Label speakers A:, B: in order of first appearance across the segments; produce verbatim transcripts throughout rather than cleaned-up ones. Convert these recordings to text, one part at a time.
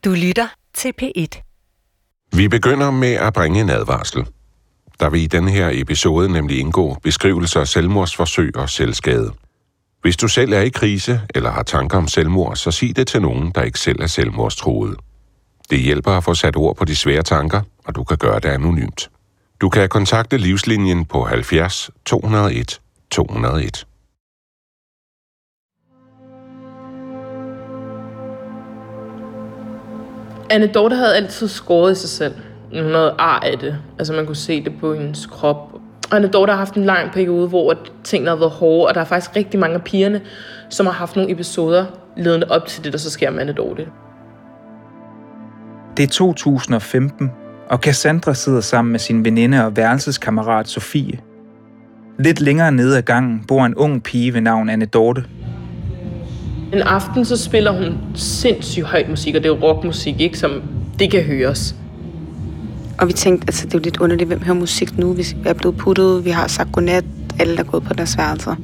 A: Du lytter til P et.
B: Vi begynder med at bringe en advarsel. Der vil i denne her episode nemlig indgå beskrivelser af selvmordsforsøg og selvskade. Hvis du selv er i krise eller har tanker om selvmord, så sig det til nogen, der ikke selv er selvmordstruet. Det hjælper at få sat ord på de svære tanker, og du kan gøre det anonymt. Du kan kontakte Livslinjen på halvfjerds to nul et to nul et.
C: Anne Dorthe havde altid skåret i sig selv. Hun havde ar af det. Altså man kunne se det på hendes krop. Og Anne Dorthe har haft en lang periode, hvor tingene har været hårde, og der er faktisk rigtig mange af pigerne, som har haft nogle episoder ledende op til det, der så sker med Anne Dorthe.
D: Det er to tusind og femten, og Cassandra sidder sammen med sin veninde og værelseskammerat Sofie. Lidt længere nede ad gangen bor en ung pige ved navn Anne Dorthe.
C: En aften så spiller hun sindssygt højt musik, og det er rockmusik, ikke, som det kan høres.
E: Og vi tænkte, altså det er jo lidt underligt, hvem hører musik nu? Vi er blevet puttet, vi har sagt godnat, alle der er gået på deres værelser.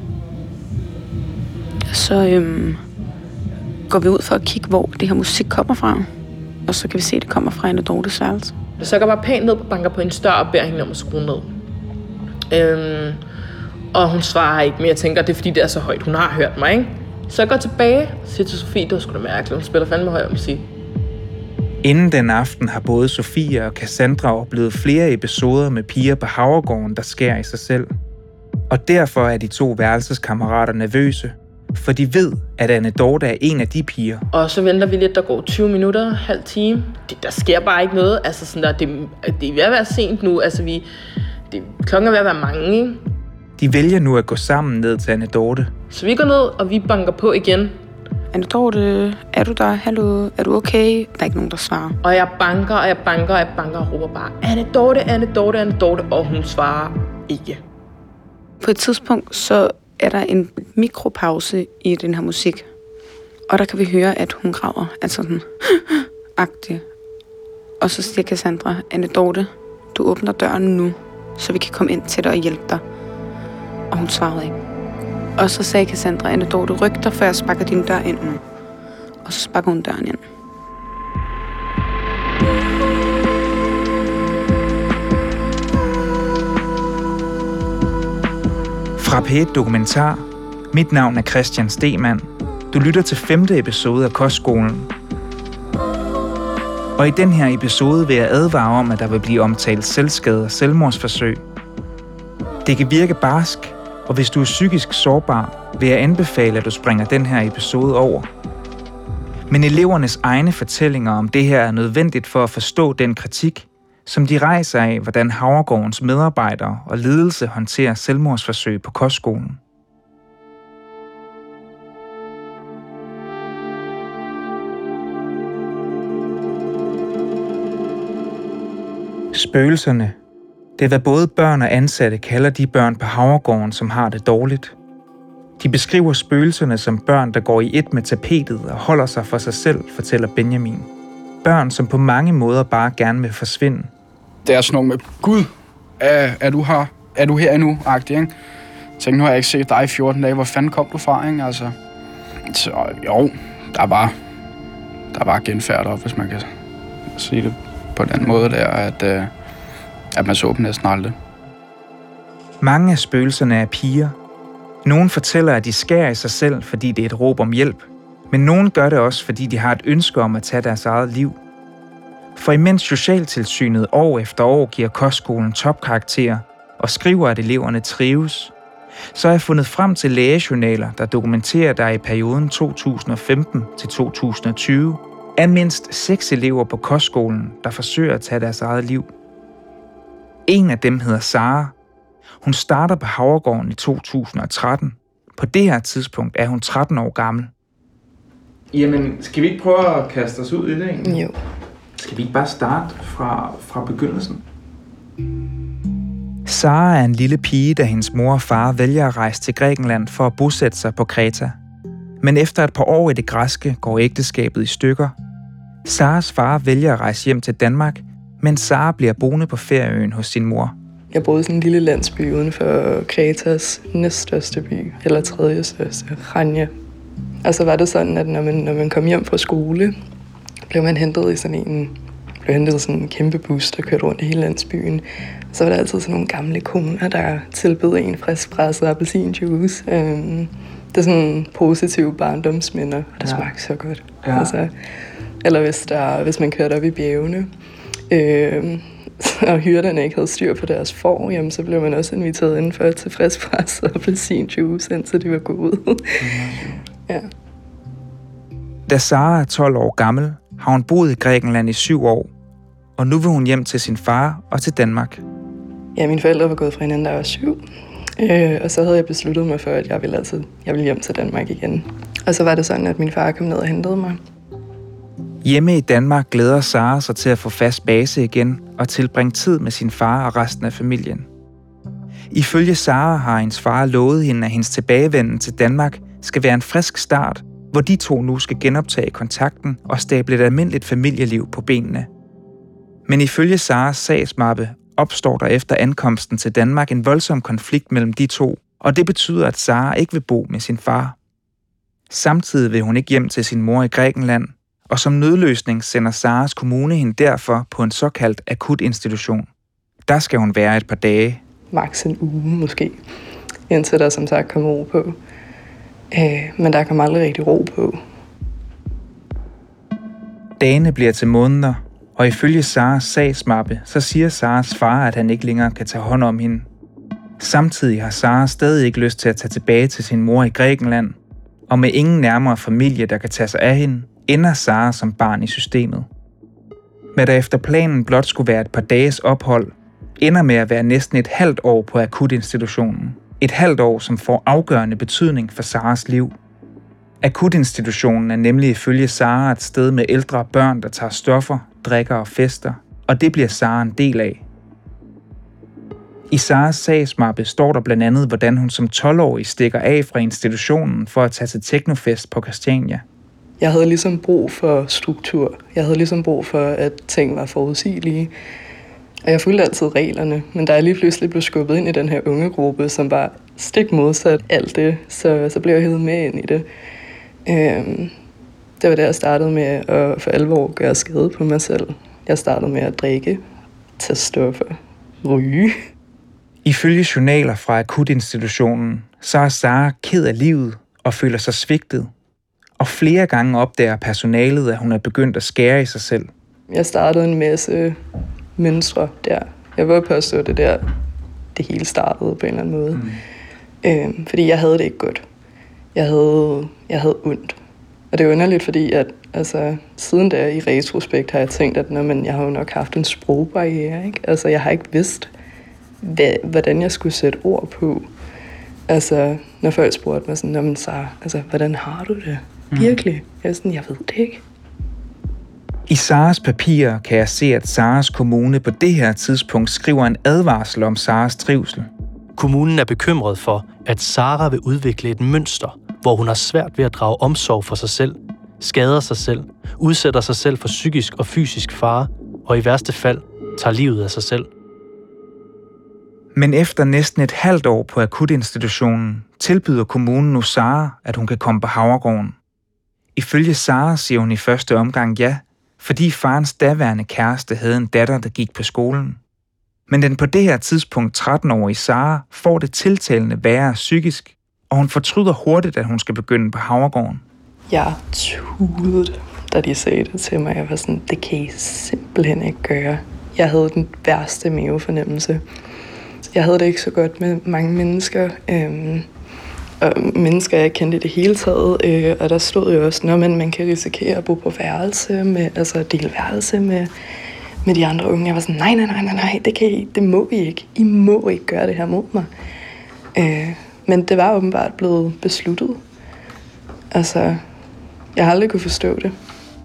E: Så øhm, går vi ud for at kigge, hvor det her musik kommer fra. Og så kan vi se, at det kommer fra Anne Dorthes værelse.
C: Så går bare pænt ned på banker på en større og beder hende om at skrue ned. Øhm, og hun svarer ikke, men jeg tænker, det er fordi, det er så højt. Hun har hørt mig, ikke? Så jeg går tilbage og siger til Sofie, det var sgu da mærkeligt. Hun spiller fandme højere musik.
D: Inden den aften har både Sofie og Cassandra oplevet flere episoder med piger på Havregården, der skærer i sig selv. Og derfor er de to værelseskammerater nervøse, for de ved, at Anne Dorthe er en af de piger.
C: Og så venter vi lidt, der går tyve minutter, halv time. Det, der sker bare ikke noget. Altså sådan der, det, det er ved at være sent nu. Altså vi, det, klokken er ved at være mange, ikke?
D: De vælger nu at gå sammen ned til Anne Dorthe.
C: Så vi går ned, og vi banker på igen.
E: Anne Dorthe, er du der? Hallo, er du okay? Der er ikke nogen, der svarer.
C: Og jeg banker, og jeg banker, og jeg banker og råber bare, Anne Dorthe, Anne Dorthe, Anne Dorthe, og hun svarer ikke.
E: På et tidspunkt, så er der en mikropause i den her musik. Og der kan vi høre, at hun græder, altså sådan agtig. Og så siger Cassandra, Anne Dorthe, du åbner døren nu, så vi kan komme ind til dig og hjælpe dig. Og hun svarede ikke. Og så sagde Cassandra, Anne Dorthe, ryk dig, før jeg sparker din dør ind nu. Og så sparker hun døren ind.
D: Fra P et Dokumentar. Mit navn er Christian Stemann. Du lytter til femte episode af Kostskolen. Og i den her episode vil jeg advare om, at der vil blive omtalt selvskade og selvmordsforsøg. Det kan virke barsk, og hvis du er psykisk sårbar, vil jeg anbefale, at du springer den her episode over. Men elevernes egne fortællinger om det her er nødvendigt for at forstå den kritik, som de rejser af, hvordan Havregårdens medarbejdere og ledelse håndterer selvmordsforsøg på kostskolen. Spøgelserne. Det er, hvad både børn og ansatte kalder de børn på Havregården, som har det dårligt. De beskriver spøgelserne som børn, der går i et med tapetet og holder sig for sig selv, fortæller Benjamin. Børn, som på mange måder bare gerne vil forsvinde.
F: Det er sådan noget med, Gud, er, er, du, her, er du her endnu? Agtig, ikke? Jeg tænkte, nu har jeg ikke set dig i fjorten dage. Hvor fanden kom du fra, ikke? Altså, så jo, der var, der var genfærd op, hvis man kan sige det på den måde der, at, at man så dem næsten aldrig.
D: Mange af spøgelserne er piger. Nogle fortæller, at de skærer i sig selv, fordi det er et råb om hjælp. Men nogle gør det også, fordi de har et ønske om at tage deres eget liv. For imens Socialtilsynet år efter år giver kostskolen topkarakterer og skriver, at eleverne trives, så har jeg fundet frem til lægejournaler, der dokumenterer, at der i perioden to tusind og femten til to tusind og tyve er mindst seks elever på kostskolen, der forsøger at tage deres eget liv. En af dem hedder Sara. Hun starter på Havregården i to tusind og tretten. På det her tidspunkt er hun tretten år gammel.
G: Jamen, skal vi ikke prøve at kaste os ud i det egentlig?
E: Jo.
G: Skal vi ikke bare starte fra, fra begyndelsen?
D: Sara er en lille pige, da hendes mor og far vælger at rejse til Grækenland for at bosætte sig på Kreta. Men efter et par år i det græske går ægteskabet i stykker. Saras far vælger at rejse hjem til Danmark, mens Sara bliver boende på ferieøen hos sin mor.
H: Jeg boede i sådan en lille landsby uden for Kretas næststørste by, eller tredje største, Chania. Og så var det sådan, at når man, når man kom hjem fra skole, blev man hentet i sådan en, blev hentet i sådan en kæmpe bus, der kørte rundt i hele landsbyen. Så var der altid sådan nogle gamle koner, der tilbød en frisk presset appelsinjuice. Øhm, det er sådan positive barndomsminder, og det ja. smagte så godt. Ja. Altså, eller hvis, der, hvis man kørte op i bjergene, øhm, og hyrderne ikke havde styr på deres får, jamen, så blev man også inviteret indenfor til friskpresset appelsinjuice, indtil de var gået ud. Ja.
D: Da Sara er tolv år gammel, har hun boet i Grækenland i syv år, og nu vil hun hjem til sin far og til Danmark.
H: Ja, mine forældre var gået fra hinanden, da jeg var syv, øh, og så havde jeg besluttet mig for, at jeg ville, altid, jeg ville hjem til Danmark igen. Og så var det sådan, at min far kom ned og hentede mig.
D: Hjemme i Danmark glæder Sara sig til at få fast base igen og tilbringe tid med sin far og resten af familien. Ifølge Sara har hendes far lovet hende, at hendes tilbagevenden til Danmark skal være en frisk start, hvor de to nu skal genoptage kontakten og stable et almindeligt familieliv på benene. Men ifølge Saras sagsmappe opstår der efter ankomsten til Danmark en voldsom konflikt mellem de to, og det betyder, at Sara ikke vil bo med sin far. Samtidig vil hun ikke hjem til sin mor i Grækenland, og som nødløsning sender Saras kommune hende derfor på en såkaldt akutinstitution. Der skal hun være et par dage.
H: Maks en uge måske, indtil der som sagt kommer ro på. Øh, men der kommer aldrig rigtig ro på.
D: Dagene bliver til måneder, og ifølge Saras sagsmappe, så siger Saras far, at han ikke længere kan tage hånd om hende. Samtidig har Sara stadig ikke lyst til at tage tilbage til sin mor i Grækenland, og med ingen nærmere familie, der kan tage sig af hende, ender Sara som barn i systemet. Men der efter planen blot skulle være et par dages ophold, ender med at være næsten et halvt år på akutinstitutionen. Et halvt år, som får afgørende betydning for Saras liv. Akutinstitutionen er nemlig ifølge Sara et sted med ældre børn, der tager stoffer, drikker og fester, og det bliver Sara en del af. I Saras sagsmappe står der blandt andet, hvordan hun som tolv-årig stikker af fra institutionen for at tage til teknofest på Christiania.
H: Jeg havde ligesom brug for struktur. Jeg havde ligesom brug for, at ting var forudsigelige. Og jeg fulgte altid reglerne, men da jeg lige pludselig blev skubbet ind i den her unge gruppe, som var stik modsat alt det, så, så blev jeg hævet med ind i det. Øhm, det var der, jeg startede med at for alvor gøre skade på mig selv. Jeg startede med at drikke, tage stoffer, ryge.
D: Ifølge journaler fra akutinstitutionen, så er Sara ked af livet og føler sig svigtet. Og flere gange opdager personalet, at hun er begyndt at skære i sig selv.
H: Jeg startede en masse mønstre der. Jeg vil påstå, det der, det hele startede på en eller anden måde. Mm. Øhm, fordi jeg havde det ikke godt. Jeg havde, jeg havde ondt. Og det er underligt, fordi at, altså, siden da i retrospekt har jeg tænkt, at når, men, jeg har jo nok haft en sprogbarriere. Ikke? Altså, jeg har ikke vidst, hvad, hvordan jeg skulle sætte ord på. Altså, når folk spurgte mig sådan, men så, altså, hvordan har du det? Mm. Virkelig? Jeg er sådan, jeg ved det ikke.
D: I Saras papirer kan jeg se, at Saras kommune på det her tidspunkt skriver en advarsel om Saras trivsel.
A: Kommunen er bekymret for, at Sara vil udvikle et mønster, hvor hun har svært ved at drage omsorg for sig selv, skader sig selv, udsætter sig selv for psykisk og fysisk fare, og i værste fald tager livet af sig selv.
D: Men efter næsten et halvt år på akutinstitutionen, tilbyder kommunen nu Sara, at hun kan komme på Havregården. Ifølge Sara siger hun i første omgang ja, fordi farens daværende kæreste havde en datter, der gik på skolen. Men den på det her tidspunkt tretten-årige Sara får det tiltalende værre psykisk, og hun fortryder hurtigt, at hun skal begynde på Havregården.
H: Jeg tudede, da de sagde det til mig. Jeg var sådan, det kan I simpelthen ikke gøre. Jeg havde den værste mavefornemmelse. Jeg havde det ikke så godt med mange mennesker, øhm, og mennesker, jeg kendte i det hele taget. Øh, og der stod jo også, når man, man kan risikere at bo på værelse, med, altså dele værelse med, med de andre unge. Jeg var sådan, nej, nej, nej, nej, nej, det, kan I, det må I ikke. I må ikke gøre det her mod mig. Øh, men det var åbenbart blevet besluttet. Altså, jeg har aldrig kunne forstå det.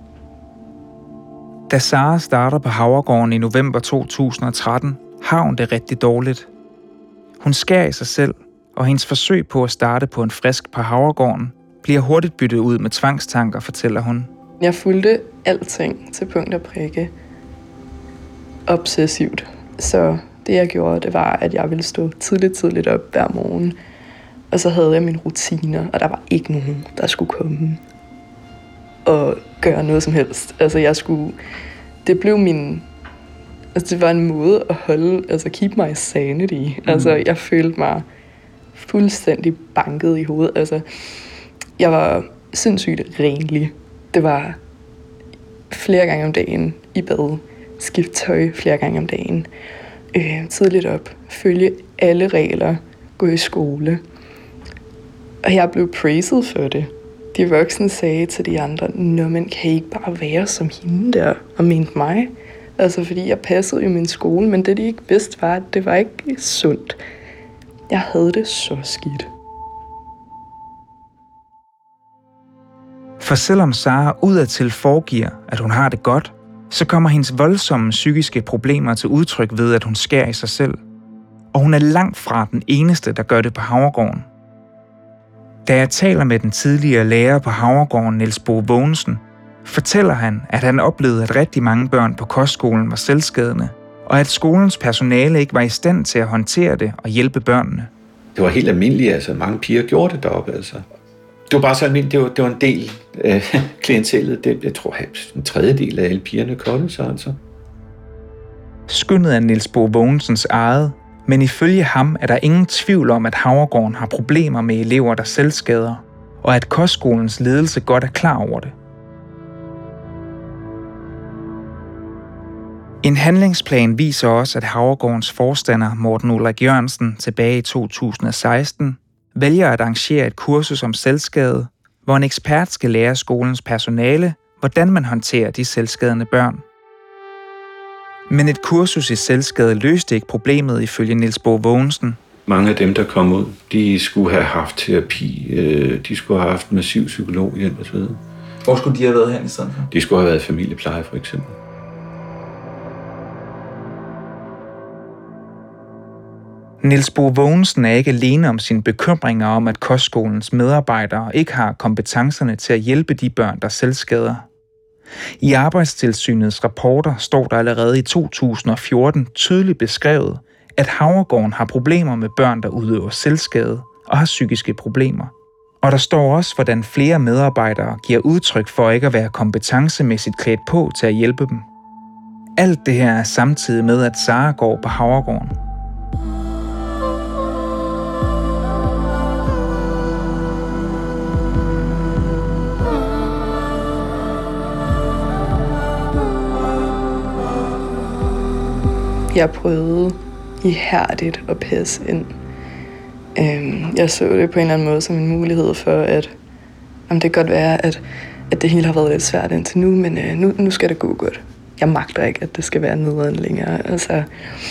D: Da Sara starter på Havregården i november to tusind og tretten, har hun det rigtig dårligt. Hun skærer i sig selv, og hendes forsøg på at starte på en frisk på Havregården bliver hurtigt byttet ud med tvangstanker, fortæller hun.
H: Jeg fulgte alting til punkt og prikke obsessivt. Så det jeg gjorde, det var, at jeg ville stå tidligt, tidligt op hver morgen. Og så havde jeg mine rutiner, og der var ikke nogen, der skulle komme at gøre noget som helst. Altså, jeg skulle... Det blev min... Altså, det var en måde at holde... Altså, keep my sanity. Mm. Altså, jeg følte mig fuldstændig banket i hovedet. Altså, jeg var sindssygt renlig. Det var flere gange om dagen i bad. Skift tøj flere gange om dagen. Øh, tidligt op. Følge alle regler. Gå i skole. Og jeg blev praised for det. De voksne sagde til de andre, nå, men kan I ikke bare være som hende der, og mente mig? Altså, fordi jeg passede jo min skole, men det de ikke vidste var, at det var ikke sundt. Jeg havde det så skidt.
D: For selvom Sara udadtil foregiver, at hun har det godt, så kommer hendes voldsomme psykiske problemer til udtryk ved, at hun skærer i sig selv. Og hun er langt fra den eneste, der gør det på Havregården. Da jeg taler med den tidligere lærer på Havregården, Niels Bo Vågensen, fortæller han, at han oplevede, at rigtig mange børn på kostskolen var selvskadende, og at skolens personale ikke var i stand til at håndtere det og hjælpe børnene.
I: Det var helt almindeligt, altså mange piger gjorde det deroppe, altså. Det var bare så almindeligt, det var, det var en del af øh, klientellet. Det, jeg tror, at en tredjedel af alle pigerne koldede sig, altså.
D: Skyndet er Niels Bo Vågensens eget, men ifølge ham er der ingen tvivl om, at Havregården har problemer med elever, der selvskader, og at kostskolens ledelse godt er klar over det. En handlingsplan viser også, at Havregårdens forstander Morten Ulrik Jørgensen tilbage i to tusind og seksten vælger at arrangere et kursus om selvskade, hvor en ekspert skal lære skolens personale, hvordan man håndterer de selvskadende børn. Men et kursus i selvskade løste ikke problemet ifølge Niels Bo Vågensen.
I: Mange af dem, der kom ud, de skulle have haft terapi, de skulle have haft massiv psykologhjælp osv.
G: Hvor skulle de have været hen i stedet for?
I: De skulle have været familiepleje for eksempel.
D: Niels Bo Vågensen er ikke alene om sine bekymringer om, at kostskolens medarbejdere ikke har kompetencerne til at hjælpe de børn, der selvskader. I Arbejdstilsynets rapporter står der allerede i to tusind og fjorten tydeligt beskrevet, at Havregården har problemer med børn, der udøver selvskade og har psykiske problemer. Og der står også, hvordan flere medarbejdere giver udtryk for ikke at være kompetencemæssigt klædt på til at hjælpe dem. Alt det her er samtidig med, at Sara går på Havregården.
H: Jeg prøvede ihærdigt at passe ind. Jeg så det på en eller anden måde som en mulighed for, at om det kan godt være, at, at det hele har været lidt svært indtil nu, men nu, nu skal det gå godt. Jeg magter ikke, at det skal være nederen længere. Altså,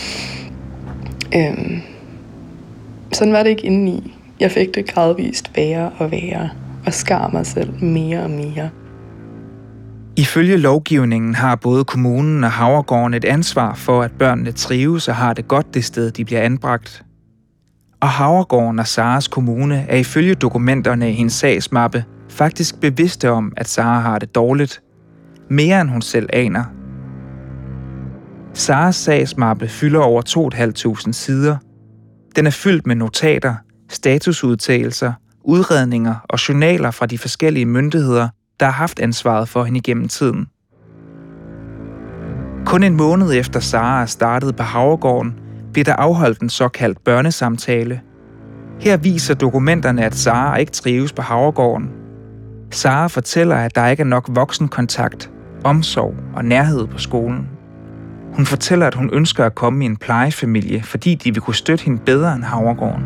H: øhm, sådan var det ikke indeni. Jeg fik det gradvist værre og værre, og skar mig selv mere og mere.
D: Ifølge lovgivningen har både kommunen og Havregården et ansvar for, at børnene trives og har det godt det sted, de bliver anbragt. Og Havregården og Saras kommune er ifølge dokumenterne i hendes sagsmappe faktisk bevidste om, at Sara har det dårligt. Mere end hun selv aner. Saras sagsmappe fylder over to tusind fem hundrede sider. Den er fyldt med notater, statusudtalelser, udredninger og journaler fra de forskellige myndigheder, der har haft ansvaret for hende igennem tiden. Kun en måned efter Sara er startet på Havregården, bliver der afholdt en såkaldt børnesamtale. Her viser dokumenterne, at Sara ikke trives på Havregården. Sara fortæller, at der ikke er nok voksenkontakt, omsorg og nærhed på skolen. Hun fortæller, at hun ønsker at komme i en plejefamilie, fordi de vil kunne støtte hende bedre end Havregården.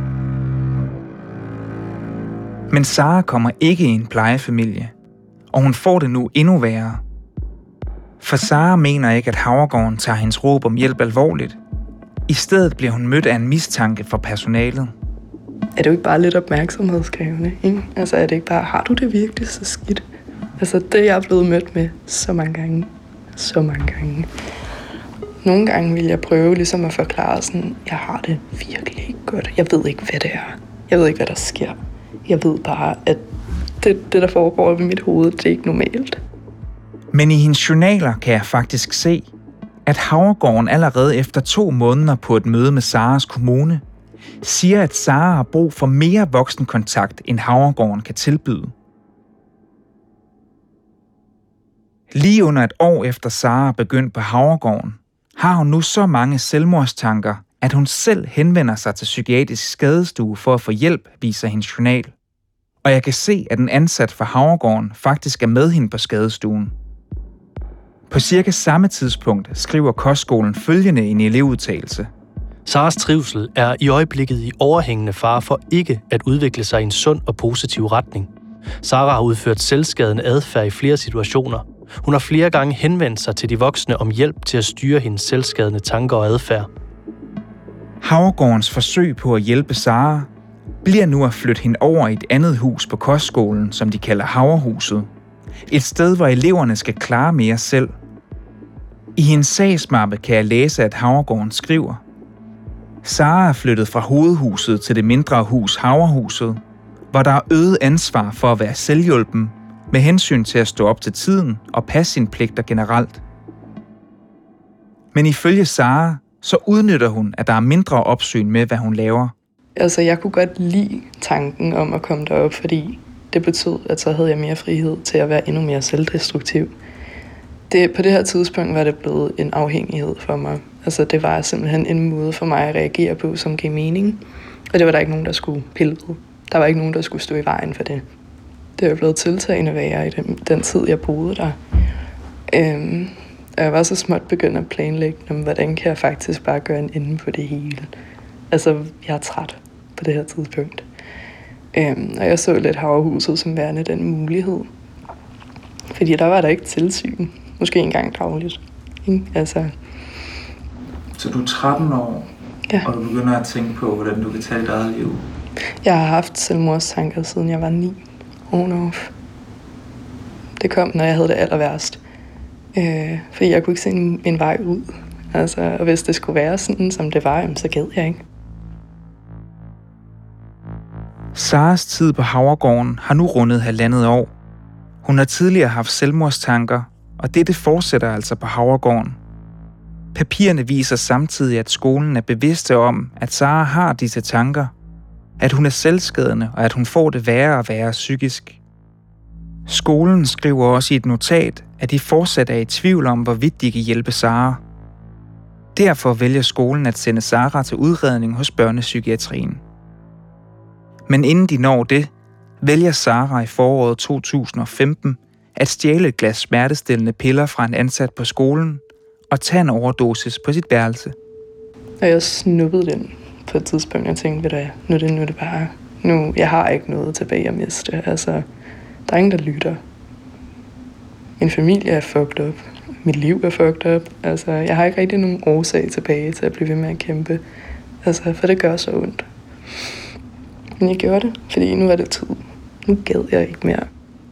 D: Men Sara kommer ikke i en plejefamilie, og hun får det nu endnu værre. For Sara mener ikke, at Havregården tager hendes råb om hjælp alvorligt. I stedet bliver hun mødt af en mistanke fra personalet.
H: Er det jo ikke bare lidt opmærksomhedskrævende, ikke? Altså er det ikke bare, har du det virkelig så skidt? Altså det jeg er blevet mødt med så mange gange. Så mange gange. Nogle gange vil jeg prøve ligesom at forklare sådan, jeg har det virkelig ikke godt. Jeg ved ikke, hvad det er. Jeg ved ikke, hvad der sker. Jeg ved bare, at det, det der foregår ved mit hoved, det er ikke normalt.
D: Men i hendes journaler kan jeg faktisk se, at Havregården allerede efter to måneder på et møde med Saras kommune, siger, at Sara har brug for mere voksenkontakt, end Havregården kan tilbyde. Lige under et år efter Sara begyndte på Havregården, har hun nu så mange selvmordstanker, at hun selv henvender sig til psykiatrisk skadestue for at få hjælp, viser hendes journal. Og jeg kan se, at en ansat fra Havregården faktisk er med hende på skadestuen. På cirka samme tidspunkt skriver kostskolen følgende i en elevudtalelse.
A: Saras trivsel er i øjeblikket i overhængende fare for ikke at udvikle sig i en sund og positiv retning. Sara har udført selvskadende adfærd i flere situationer. Hun har flere gange henvendt sig til de voksne om hjælp til at styre hendes selvskadende tanker og adfærd.
D: Havregårdens forsøg på at hjælpe Sara bliver nu at flytte hende over i et andet hus på kostskolen, som de kalder Havrehuset. Et sted, hvor eleverne skal klare mere selv. I hendes sagsmappe kan jeg læse, at Havregården skriver: Sara er flyttet fra hovedhuset til det mindre hus Havrehuset, hvor der er øget ansvar for at være selvhjulpen, med hensyn til at stå op til tiden og passe sine pligter generelt. Men ifølge Sara, så udnytter hun, at der er mindre opsyn med, hvad hun laver.
H: Altså, jeg kunne godt lide tanken om at komme derop, fordi det betød, at så havde jeg mere frihed til at være endnu mere selvdestruktiv. Det, på det her tidspunkt var det blevet en afhængighed for mig. Altså, det var simpelthen en måde for mig at reagere på, som gav mening. Og det var der ikke nogen, der skulle pille ved. Der var ikke nogen, der skulle stå i vejen for det. Det var blevet tiltagende værre i den, den tid, jeg boede der. Øhm, og jeg var så småt begyndt at planlægge, om, hvordan kan jeg faktisk bare gøre en ende på det hele. Altså, jeg er træt på det her tidspunkt. Øhm, og jeg så lidt Havrehuset som værende den mulighed. Fordi der var der ikke tilsyn. Måske en gang dagligt. Altså.
G: Så du er tretten år,
H: ja.
G: Og du begynder at tænke på, hvordan du kan tage dit eget liv?
H: Jeg har haft selvmordstanker, siden jeg var ni. On off. Det kom, når jeg havde det aller værst. Øh, fordi jeg kunne ikke se en, en vej ud. Altså, og hvis det skulle være sådan, som det var, så gad jeg ikke.
D: Saras tid på Havregården har nu rundet halvandet år. Hun har tidligere haft selvmordstanker, og dette fortsætter altså på Havregården. Papirerne viser samtidig, at skolen er bevidste om, at Sara har disse tanker, at hun er selvskadende, og at hun får det værre og værre psykisk. Skolen skriver også i et notat, at de fortsat er i tvivl om, hvorvidt de kan hjælpe Sara. Derfor vælger skolen at sende Sara til udredning hos børnepsykiatrien. Men inden de når det, vælger Sara i foråret to tusind og femten at stjæle et glas smertestillende piller fra en ansat på skolen og tage en overdosis på sit værelse.
H: Og jeg snuppede den på et tidspunkt, jeg tænkte, ved du, nu er det, nu er det bare, nu, jeg har ikke noget tilbage at miste. Altså, der er ingen, der lytter. Min familie er fucked up. Mit liv er fucked up. Altså, jeg har ikke rigtig nogen årsag tilbage til at blive ved med at kæmpe. Altså, for det gør så ondt. Men jeg gjorde det, fordi nu er det tid. Nu gad jeg ikke mere.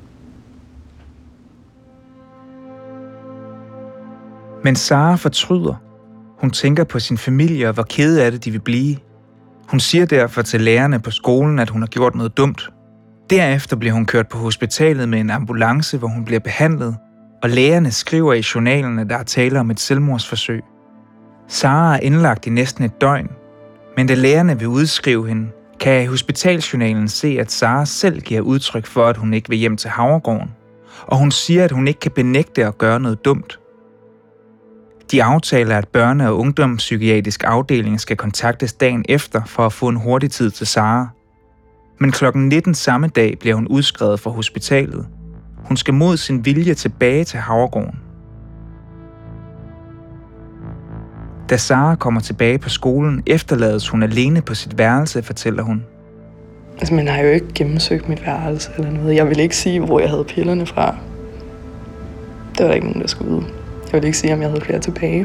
D: Men Sara fortryder. Hun tænker på sin familie og hvor kede af det de vil blive. Hun siger derfor til lærerne på skolen, at hun har gjort noget dumt. Derefter bliver hun kørt på hospitalet med en ambulance, hvor hun bliver behandlet, og lægerne skriver i journalen, at der er tale om et selvmordsforsøg. Sara er indlagt i næsten et døgn, men da lægerne vil udskrive hende, kan jeg i hospitalsjournalen se, at Sara selv giver udtryk for, at hun ikke vil hjem til Havregården, og hun siger, at hun ikke kan benægte at gøre noget dumt. De aftaler, at børne- og ungdomspsykiatrisk afdeling skal kontaktes dagen efter for at få en hurtig tid til Sara. Men klokken nitten samme dag bliver hun udskrevet fra hospitalet. Hun skal mod sin vilje tilbage til Havregården. Da Sara kommer tilbage på skolen, efterlades hun alene på sit værelse, fortæller hun.
H: Altså, man har jo ikke gennemsøgt mit værelse eller noget. Jeg ville ikke sige, hvor jeg havde pillerne fra. Det var der ikke nogen, der skulle vide. Jeg ville ikke sige, om jeg havde flere tilbage.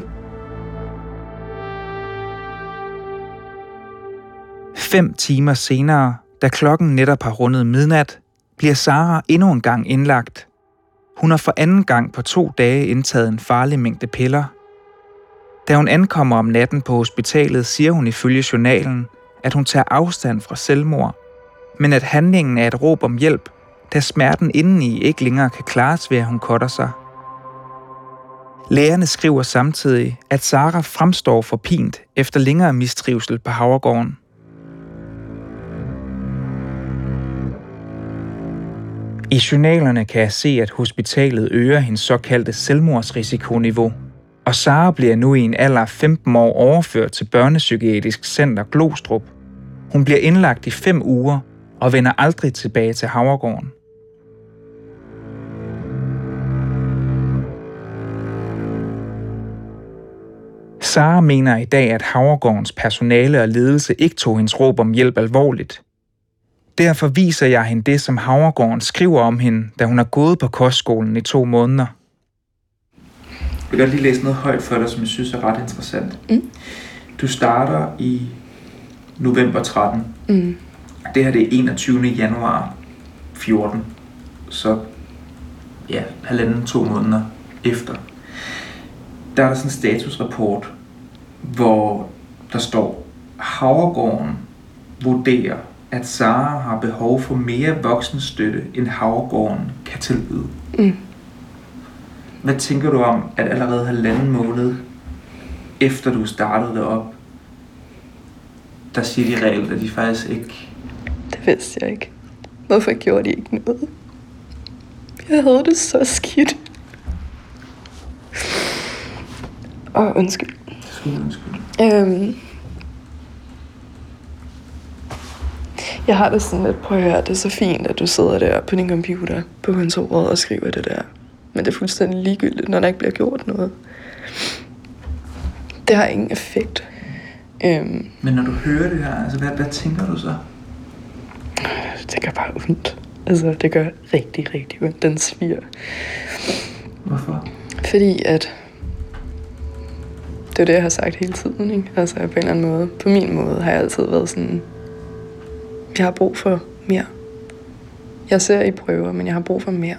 D: Fem timer senere, da klokken netop har rundet midnat, bliver Sara endnu en gang indlagt. Hun har for anden gang på to dage indtaget en farlig mængde piller. Da hun ankommer om natten på hospitalet, siger hun ifølge journalen, at hun tager afstand fra selvmord, men at handlingen er et råb om hjælp, da smerten indeni ikke længere kan klares ved, at hun cutter sig. Lægerne skriver samtidig, at Sara fremstår forpint efter længere mistrivsel på Havregården. I journalerne kan jeg se, at hospitalet øger hendes såkaldte selvmordsrisikoniveau, og Sara bliver nu i en alder af femten år overført til Børnepsykiatrisk Center Glostrup. Hun bliver indlagt i fem uger og vender aldrig tilbage til Havregården. Sara mener i dag, at Havregårdens personale og ledelse ikke tog hendes råb om hjælp alvorligt. Derfor viser jeg hende det, som Havregården skriver om hende, da hun har gået på kostskolen i to måneder.
G: Jeg vil godt lige læse noget højt for dig, som jeg synes er ret interessant. Mm. Du starter i november tretten. Mm. Det her det er enogtyvende januar fjorten. Så ja, halvanden, to måneder efter. Der er der sådan en statusrapport, hvor der står, Havregården vurderer, at Sara har behov for mere voksenstøtte, end Havregården kan tilbyde. Mm. Hvad tænker du om, at allerede halvanden måned efter du startede det op, der siger de reelt, at de faktisk ikke...
H: Det vidste jeg ikke. Hvorfor gjorde de ikke noget? Jeg havde det så skidt. Åh, oh, undskyld.
G: Undskyld.
H: Øhm, jeg har det sådan lidt, prøv at høre, det er så fint, at du sidder der på din computer på kontoret og skriver det der. Men det er fuldstændig ligegyldigt, når der ikke bliver gjort noget. Det har ingen effekt. Øhm,
G: Men når du hører det her, altså hvad, hvad tænker du så?
H: Det gør bare ondt. Altså, det gør rigtig, rigtig ondt. Den sviger.
G: Hvorfor?
H: Fordi at... Det er det, jeg har sagt hele tiden, ikke? Altså, på en eller anden måde. På min måde har jeg altid været sådan... Jeg har brug for mere. Jeg ser i prøver, men jeg har brug for mere.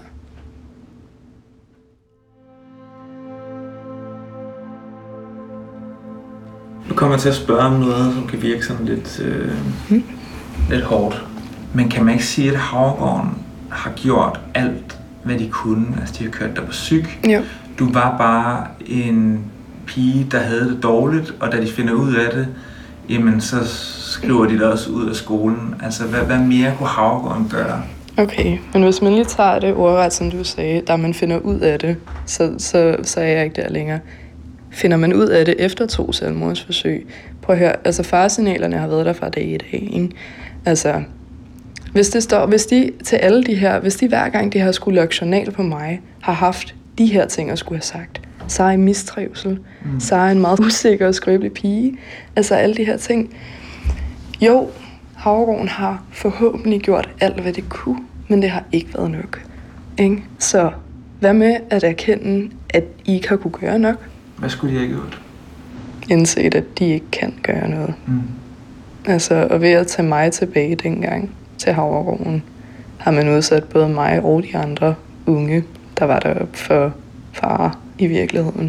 G: Nu kommer jeg til at spørge om noget, som kan virke sådan lidt, øh, hmm? lidt hårdt. Men kan man ikke sige, at Havregården har gjort alt, hvad de kunne? Altså, de har kørt dig på psyk.
H: Jo.
G: Du var bare en pige, der havde det dårligt, og da de finder ud af det, jamen så skriver de dig også ud af skolen. Altså, hvad, hvad mere kunne Havregården gøre?
H: Okay, men hvis man lige tager det ordret, som du sagde, da man finder ud af det, så, så, så er jeg ikke der længere. Finder man ud af det efter to selvmordsforsøg? Prøv at høre, altså faresignalerne har været der fra dag i dag, ikke? Altså, hvis det står, hvis de til alle de her, hvis de hver gang de har skulle logge journal på mig, har haft de her ting at skulle have sagt, så er i mistrivsel, mm. så er en meget usikker og skrøbelig pige, altså alle de her ting. Jo, Havregården har forhåbentlig gjort alt, hvad det kunne, men det har ikke været nok, ikke? Så hvad med at erkende, at I ikke har kunne gøre nok?
G: Hvad skulle de have gjort?
H: Indset, at de ikke kan gøre noget. Mm. Altså, og ved at tage mig tilbage dengang til Havregården, har man udsat både mig og de andre unge, der var deroppe for far i virkeligheden.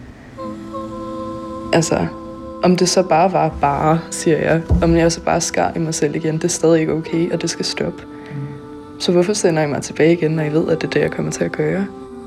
H: Altså, om det så bare var bare, siger jeg, om jeg så bare skar i mig selv igen, det er stadig ikke okay, og det skal stoppe. Mm. Så hvorfor sender I mig tilbage igen, når I ved, at det er det, jeg kommer til at gøre?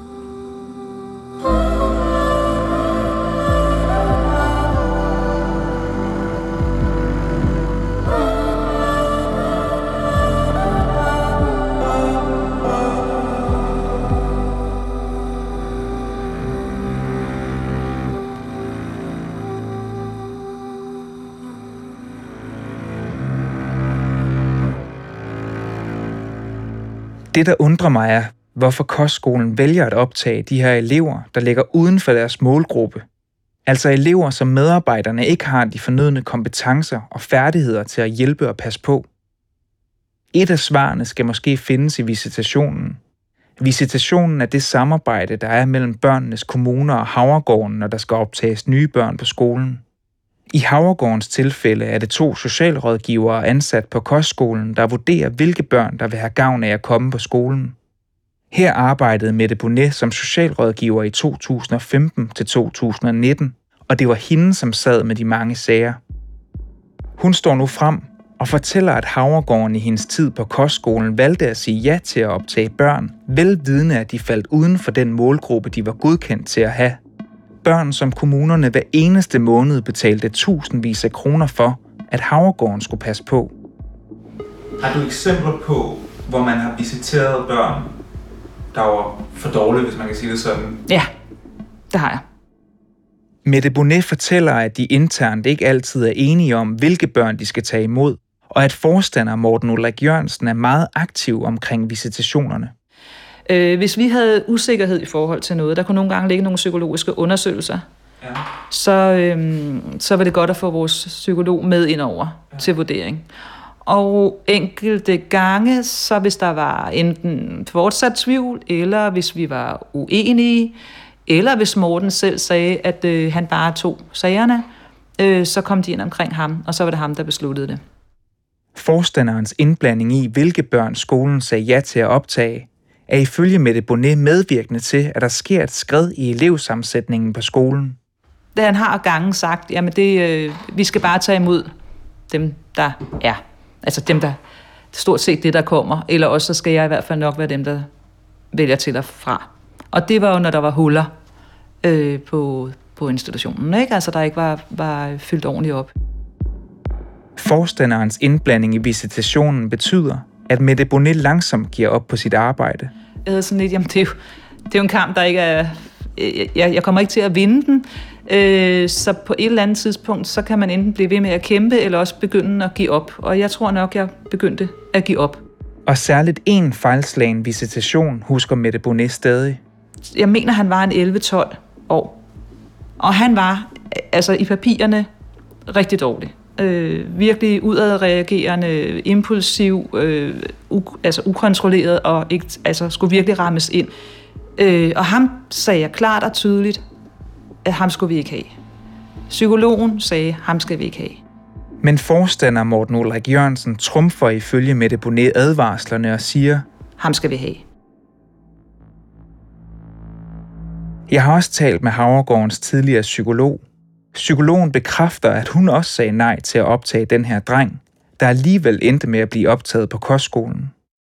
D: Det, der undrer mig, er, hvorfor kostskolen vælger at optage de her elever, der ligger uden for deres målgruppe. Altså elever, som medarbejderne ikke har de fornødne kompetencer og færdigheder til at hjælpe og passe på. Et af svarene skal måske findes i visitationen. Visitationen er det samarbejde, der er mellem børnenes kommuner og Havregården, når der skal optages nye børn på skolen. I Havregårdens tilfælde er det to socialrådgivere ansat på kostskolen, der vurderer, hvilke børn, der vil have gavn af at komme på skolen. Her arbejdede Mette Bonnet som socialrådgiver i to tusind og femten til to tusind og nitten, og det var hende, som sad med de mange sager. Hun står nu frem og fortæller, at Havregården i hendes tid på kostskolen valgte at sige ja til at optage børn, velvidende at de faldt uden for den målgruppe, de var godkendt til at have. Børn, som kommunerne hver eneste måned betalte tusindvis af kroner for, at Havregården skulle passe på.
G: Har du eksempler på, hvor man har visiteret børn, der var for dårlige, hvis man kan sige det sådan.
J: Ja, det har jeg.
D: Mette Bonnet fortæller, at de internt ikke altid er enige om, hvilke børn de skal tage imod, og at forstander Morten Ulrik Jørgensen er meget aktiv omkring visitationerne.
J: Øh, hvis vi havde usikkerhed i forhold til noget, der kunne nogle gange ligge nogle psykologiske undersøgelser, ja. så, øhm, så var det godt at få vores psykolog med ind over ja. til vurdering. Og enkelte gange, så hvis der var enten fortsat tvivl, eller hvis vi var uenige, eller hvis Morten selv sagde, at øh, han bare tog sagerne, øh, så kom de ind omkring ham, og så var det ham, der besluttede det.
D: Forstanderens indblanding i, hvilke børn skolen sagde ja til at optage, er ifølge Mette Bonnet medvirkende til, at der sker et skred i elevsammensætningen på skolen.
J: Det han har gange sagt, jamen det, øh, vi skal bare tage imod dem, der er. Altså dem, der stort set det, der kommer. Eller også så skal jeg i hvert fald nok være dem, der vælger til og fra. Og det var jo, når der var huller øh, på, på institutionen, ikke? Altså der ikke var, var fyldt ordentligt op.
D: Forstanderens indblanding i visitationen betyder, at Mette Bonnet langsomt giver op på sit arbejde.
J: Jeg havde sådan lidt, jamen det er jo, det er jo en kamp, der ikke er... Jeg, jeg kommer ikke til at vinde den, øh, så på et eller andet tidspunkt, så kan man enten blive ved med at kæmpe, eller også begynde at give op. Og jeg tror nok, jeg begyndte at give op.
D: Og særligt en fejlslagen visitation husker Mette Bonnet stadig.
J: Jeg mener, han var en elleve tolv år. Og han var altså i papirerne rigtig dårlig. Øh, virkelig udadreagerende, impulsiv, øh, u- altså ukontrolleret og ikke, altså skulle virkelig rammes ind. Øh, og ham sagde jeg klart og tydeligt, at ham skulle vi ikke have. Psykologen sagde, ham skal vi ikke have.
D: Men forstander Morten Ulrik Jørgensen trumfer ifølge Mette Bonnet advarslerne og siger,
J: ham skal vi have.
D: Jeg har også talt med Havregårdens tidligere psykolog. Psykologen bekræfter, at hun også sagde nej til at optage den her dreng, der alligevel endte med at blive optaget på kostskolen.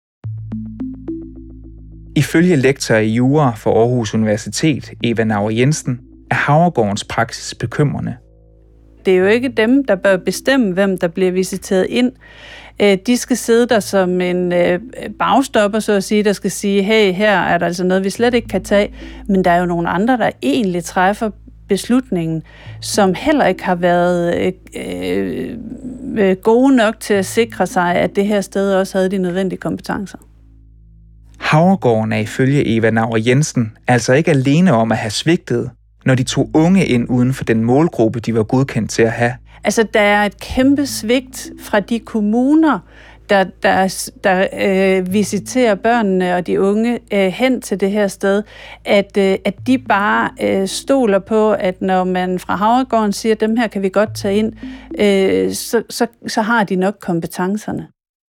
D: Ifølge lektor i jura for Aarhus Universitet, Eva Naur Jensen, er Havregårdens praksis bekymrende.
K: Det er jo ikke dem, der bør bestemme, hvem der bliver visiteret ind. De skal sidde der som en bagstopper, så at sige, der skal sige, hey, her er der altså noget, vi slet ikke kan tage. Men der er jo nogle andre, der egentlig træffer beslutningen, som heller ikke har været øh, gode nok til at sikre sig, at det her sted også havde de nødvendige kompetencer.
D: Havregården er ifølge Eva Naur Jensen altså ikke alene om at have svigtet, når de tog unge ind uden for den målgruppe, de var godkendt til at have.
K: Altså, der er et kæmpe svigt fra de kommuner, der, der, der øh, visiterer børnene og de unge øh, hen til det her sted, at, øh, at de bare øh, stoler på, at når man fra Havregården siger, at dem her kan vi godt tage ind, øh, så, så, så har de nok kompetencerne.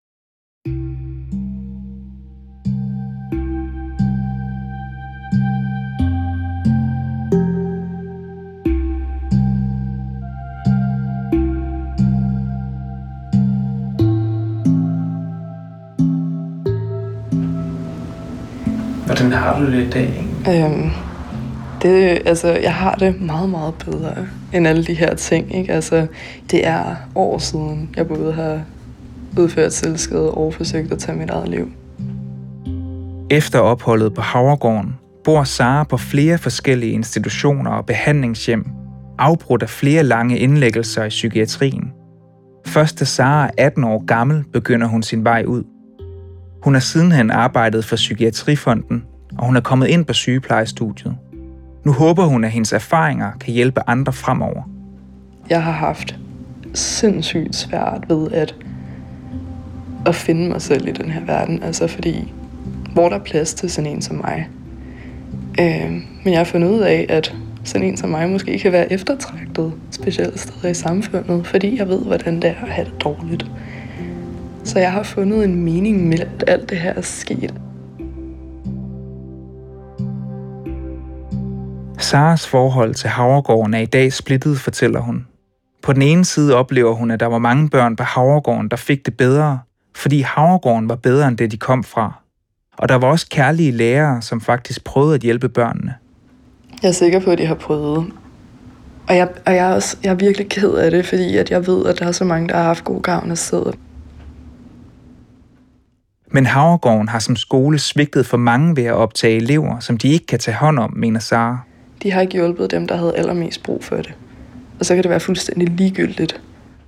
G: Hvordan har du det i dag?
H: Øhm, det, altså, jeg har det meget, meget bedre end alle de her ting. Ikke? Altså, det er år siden, jeg både har udført selvskade og forsøgt at tage mit eget liv.
D: Efter opholdet på Havregården bor Sara på flere forskellige institutioner og behandlingshjem, afbrudt af flere lange indlæggelser i psykiatrien. Først da Sara er atten år gammel, begynder hun sin vej ud. Hun har sidenhen arbejdet for Psykiatrifonden, og hun er kommet ind på sygeplejestudiet. Nu håber hun, at hendes erfaringer kan hjælpe andre fremover.
H: Jeg har haft sindssygt svært ved at, at finde mig selv i den her verden. Altså fordi, hvor der er plads til sådan en som mig. Øh, men jeg har fundet ud af, at sådan en som mig måske kan være eftertragtet specielle steder i samfundet, fordi jeg ved, hvordan det er at have det dårligt. Så jeg har fundet en mening med, at alt det her er sket.
D: Saras forhold til Havregården er i dag splittet, fortæller hun. På den ene side oplever hun, at der var mange børn på Havregården, der fik det bedre, fordi Havregården var bedre end det, de kom fra. Og der var også kærlige lærere, som faktisk prøvede at hjælpe børnene.
H: Jeg er sikker på, at de har prøvet. Og jeg, og jeg, er, også, jeg er virkelig ked af det, fordi at jeg ved, at der er så mange, der har haft god gavn af stedet.
D: Men Havregården har som skole svigtet for mange ved at optage elever, som de ikke kan tage hånd om, mener Sara.
H: De har ikke hjulpet dem, der havde allermest brug for det. Og så kan det være fuldstændig ligegyldigt.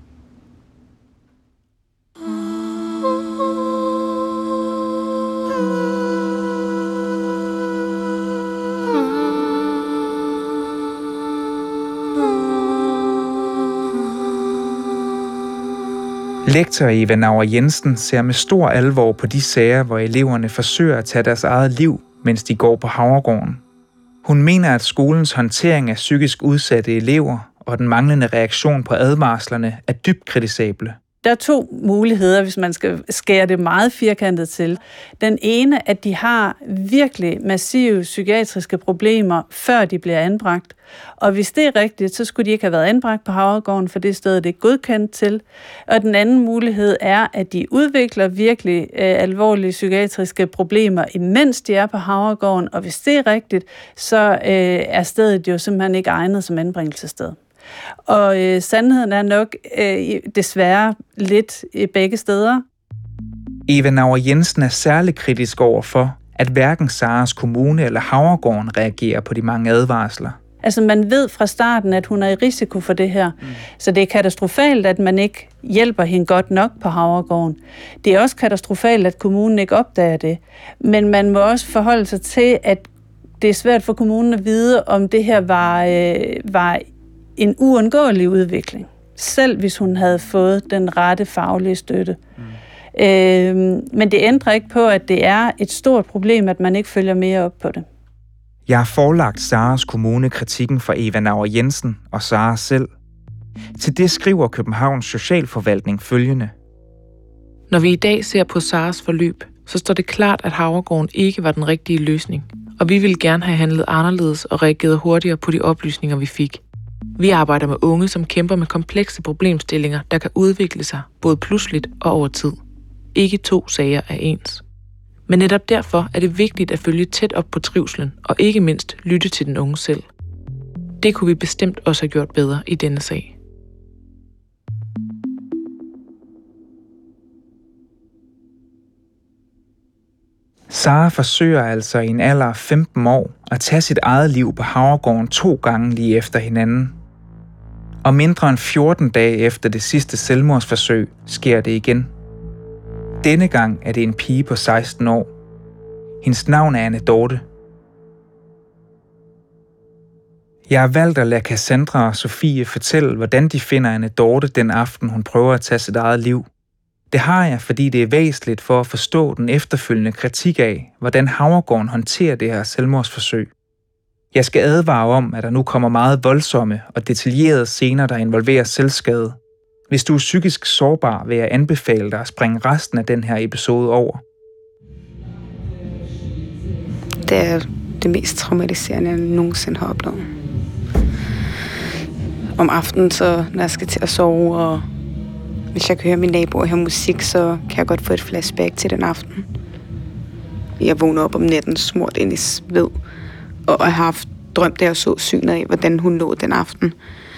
D: Lektor Eva Nauer Jensen ser med stor alvor på de sager, hvor eleverne forsøger at tage deres eget liv, mens de går på Havregården. Hun mener, at skolens håndtering af psykisk udsatte elever og den manglende reaktion på advarslerne er dybt kritisable.
K: Der er to muligheder, hvis man skal skære det meget firkantet til. Den ene, at de har virkelig massive psykiatriske problemer, før de bliver anbragt. Og hvis det er rigtigt, så skulle de ikke have været anbragt på Havregården, for det sted det er godkendt til. Og den anden mulighed er, at de udvikler virkelig øh, alvorlige psykiatriske problemer, imens de er på Havregården. Og hvis det er rigtigt, så øh, er stedet jo simpelthen ikke egnet som anbringelsessted. Og øh, sandheden er nok øh, desværre lidt i begge steder.
D: Eva Nauer Jensen er særlig kritisk over for, at hverken Saras kommune eller Havregården reagerer på de mange advarsler.
K: Altså man ved fra starten, at hun er i risiko for det her. Mm. Så det er katastrofalt, at man ikke hjælper hende godt nok på Havregården. Det er også katastrofalt, at kommunen ikke opdager det. Men man må også forholde sig til, at det er svært for kommunen at vide, om det her var, øh, var en uundgåelig udvikling. Selv hvis hun havde fået den rette faglige støtte. Mm. Øh, men det ændrer ikke på, at det er et stort problem, at man ikke følger mere op på det.
D: Jeg har forelagt Saras kommune kritikken fra Eva Nauer Jensen og Sara selv. Til det skriver Københavns Socialforvaltning følgende.
L: Når vi i dag ser på Saras forløb, så står det klart, at Havregården ikke var den rigtige løsning, og vi ville gerne have handlet anderledes og reageret hurtigere på de oplysninger, vi fik. Vi arbejder med unge, som kæmper med komplekse problemstillinger, der kan udvikle sig både pludseligt og over tid. Ikke to sager er ens. Men netop derfor er det vigtigt at følge tæt op på trivslen, og ikke mindst lytte til den unge selv. Det kunne vi bestemt også have gjort bedre i denne sag.
D: Sara forsøger altså i en alder af femten år at tage sit eget liv på Havregården to gange lige efter hinanden. Og mindre end fjorten dage efter det sidste selvmordsforsøg sker det igen. Denne gang er det en pige på seksten år. Hendes navn er Anne Dorte. Jeg har valgt at lade Cassandra og Sofie fortælle, hvordan de finder Anne Dorte den aften, hun prøver at tage sit eget liv. Det har jeg, fordi det er væsentligt for at forstå den efterfølgende kritik af, hvordan Havregården håndterer det her selvmordsforsøg. Jeg skal advare om, at der nu kommer meget voldsomme og detaljerede scener, der involverer selvskade. Hvis du er psykisk sårbar, vil jeg anbefale dig at springe resten af den her episode over.
E: Det er det mest traumatiserende, jeg nogensinde har oplevet. Om aftenen, så når jeg skal til at sove, og hvis jeg kan høre mine naboer høre musik, så kan jeg godt få et flashback til den aften. Jeg vågner op om natten smurt ind i sved, og jeg har haft drømt, da jeg så synet af, hvordan hun lå den aften.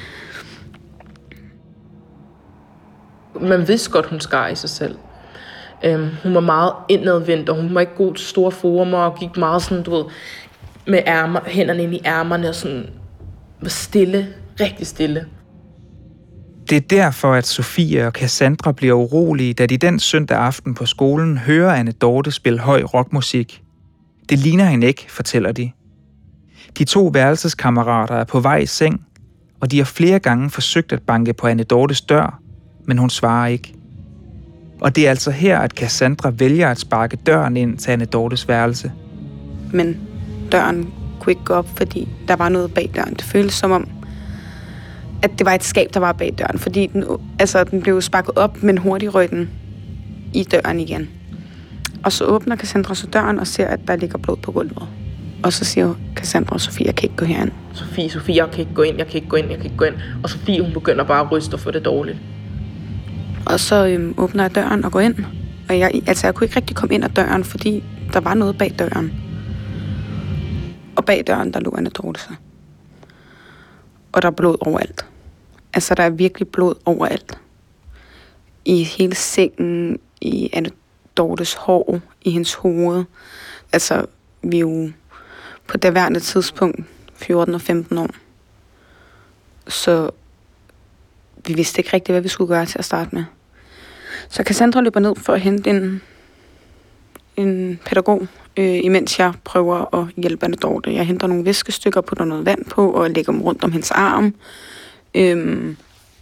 C: Man vidste godt, hun skar i sig selv. Øhm, hun var meget indadvendt, og hun var ikke god til store former, og gik meget sådan, du ved, med ærmer, hænderne ind i ærmerne, og sådan var stille, rigtig stille.
D: Det er derfor, at Sofie og Cassandra bliver urolige, da de den søndag aften på skolen hører Anne Dorte spille høj rockmusik. Det ligner hende ikke, fortæller de. De to værelseskammerater er på vej i seng, og de har flere gange forsøgt at banke på Anne Dortes dør, men hun svarer ikke. Og det er altså her, at Cassandra vælger at sparke døren ind til Anne Dortes værelse.
E: Men døren kunne ikke gå op, fordi der var noget bag døren. Det føltes som om, at det var et skab, der var bag døren, fordi den, altså, den blev sparket op, men hurtigt røg den i døren igen. Og så åbner Cassandra så døren og ser, at der ligger blod på gulvet. Og så siger Cassandra og Sofie, jeg kan ikke gå herind.
C: Sofie, Sofie, jeg kan ikke gå ind, jeg kan ikke gå ind, jeg kan ikke gå ind. Og Sofie, hun begynder bare at ryste og få det dårligt.
E: Og så øhm, åbner jeg døren og går ind. Og jeg, altså, jeg kunne ikke rigtig komme ind ad døren, fordi der var noget bag døren. Og bag døren, der lå Anne Dorte sig. Og der er blod overalt. Altså, der er virkelig blod overalt. I hele sengen, i Anne Dortes hår i hendes hoved. Altså, vi er jo på daværende tidspunkt fjorten og femten år. Så vi vidste ikke rigtigt, hvad vi skulle gøre til at starte med. Så Cassandra løber ned for at hente en, en pædagog, øh, imens jeg prøver at hjælpe Anne Dorte. Jeg henter nogle viskestykker, putter noget vand på og lægger dem rundt om hendes arm. Øhm,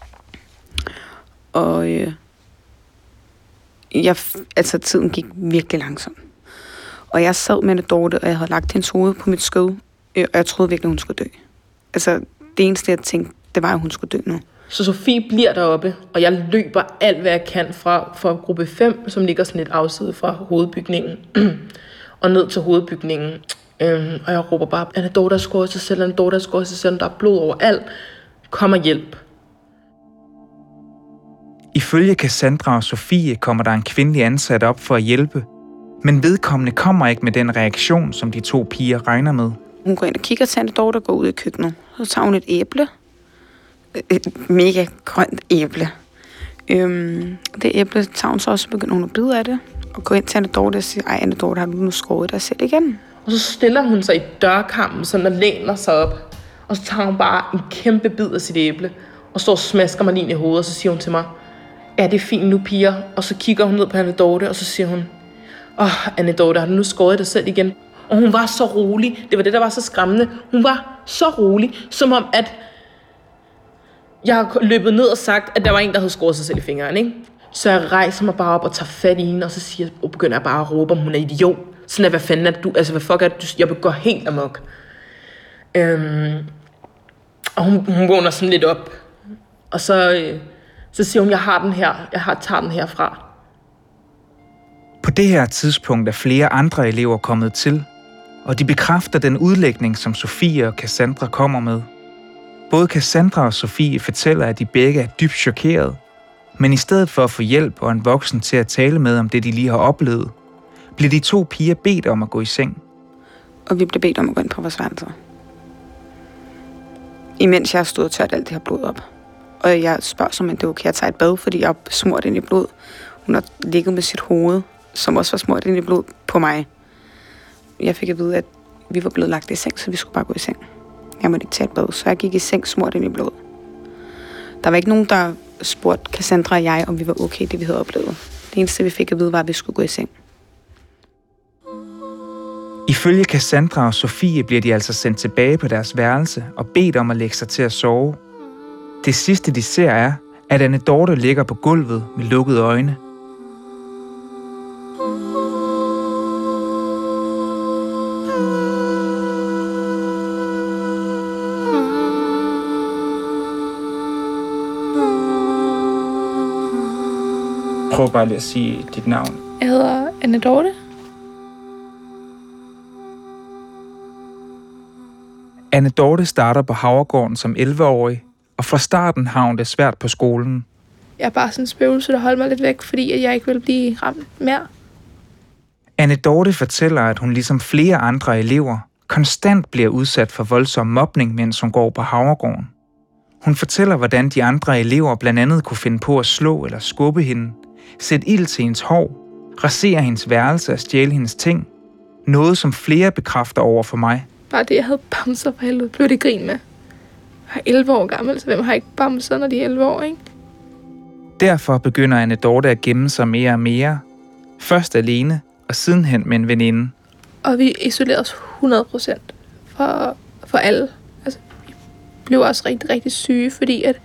E: og øh, jeg, altså, tiden gik virkelig langsomt. Og jeg sad med Anne Dorte, og jeg havde lagt hendes hoved på mit skød, øh, og jeg troede virkelig, hun skulle dø. Altså, det eneste, jeg tænkte, det var, at hun skulle dø nu.
C: Så Sofie bliver deroppe, og jeg løber alt, hvad jeg kan fra, fra gruppe fem, som ligger sådan lidt afside fra hovedbygningen, og ned til hovedbygningen. Øhm, og jeg råber bare, Anne Dorte har skåret sig selv, Anne Dorte har skåret sig selv, der er blod overalt. Kom og hjælp.
D: Ifølge Cassandra og Sofie kommer der en kvindelig ansat op for at hjælpe, men vedkommende kommer ikke med den reaktion, som de to piger regner med.
E: Hun går ind og kigger til Anne Dorte og går ud i køkkenet. Så tager hun et æble. Et mega grønt æble. Øhm, det æble tager hun så også, og begynder hun at bide af det. Og går ind til Anne Dorte og siger, ej Anne Dorte, har du nu skåret dig selv igen?
C: Og så stiller hun sig i dørkampen, sådan og læner sig op. Og så tager hun bare en kæmpe bid af sit æble. Og står og smasker mig lige i hovedet, og så siger hun til mig, er det fint nu, piger? Og så kigger hun ned på Anne Dorte, og så siger hun, åh, oh, Anne Dorte, har du nu skåret dig selv igen? Og hun var så rolig. Det var det, der var så skræmmende. Hun var så rolig, som om at jeg har løbet ned og sagt, at der var en, der havde skåret sig selv i fingeren, ikke? Så jeg rejser mig bare op og tager fat i hende, og så siger, og begynder jeg bare at råbe, om hun er idiot. Sådan at, hvad fanden er du? Altså, hvad fuck er det? Jeg begår helt amok. Øhm, og hun, hun vågner sådan lidt op. Og så, øh, så siger hun, jeg har den her. Jeg har, tager den herfra.
D: På det her tidspunkt er flere andre elever kommet til, og de bekræfter den udlægning, som Sofie og Cassandra kommer med. Både Cassandra og Sofie fortæller, at de begge er dybt chokerede, men i stedet for at få hjælp og en voksen til at tale med om det, de lige har oplevet, bliver de to piger bedt om at gå i seng.
E: Og vi blev bedt om at gå ind på vores værelser. Imens jeg stod og tørt alt det her blod op. Og jeg spørger som, at det er okay at tage et bad, fordi jeg er smurt ind i blod. Hun har ligget med sit hoved, som også var smurt ind i blod, på mig. Jeg fik at vide, at vi var blevet lagt i seng, så vi skulle bare gå i seng. Jeg måtte ikke tage et bad, så jeg gik i seng smurt ind i blod. Der var ikke nogen, der spurgte Cassandra og jeg, om vi var okay, det vi havde oplevet. Det eneste, vi fik at vide, var, at vi skulle gå i seng.
D: Ifølge Cassandra og Sofie bliver de altså sendt tilbage på deres værelse og bedt om at lægge sig til at sove. Det sidste, de ser, er, at Anne Dorte ligger på gulvet med lukkede øjne. Prøv bare lige at sige dit navn.
M: Jeg hedder Anne Dorte.
D: Anne Dorte starter på Havregården som elleve-årig, og fra starten har hun det svært på skolen.
M: Jeg er bare sådan en spøgelse, der holder mig lidt væk, fordi jeg ikke vil blive ramt mere.
D: Anne Dorte fortæller, at hun ligesom flere andre elever konstant bliver udsat for voldsom mobning, mens hun går på Havregården. Hun fortæller, hvordan de andre elever blandt andet kunne finde på at slå eller skubbe hende, sætte ild til hendes hår, rasere hendes værelse og stjæle hendes ting. Noget, som flere bekræfter over for mig.
M: Bare det, jeg havde bamser på helvede, blev det grin med. Jeg er elleve år gammel, så hvem har ikke bamser, når de er elleve år, ikke?
D: Derfor begynder Anne Dorte at gemme sig mere og mere. Først alene, og sidenhen med en veninde.
M: Og vi isolerede os hundrede procent for, for alle. Altså, vi blev også rigtig, rigtig syge, fordi at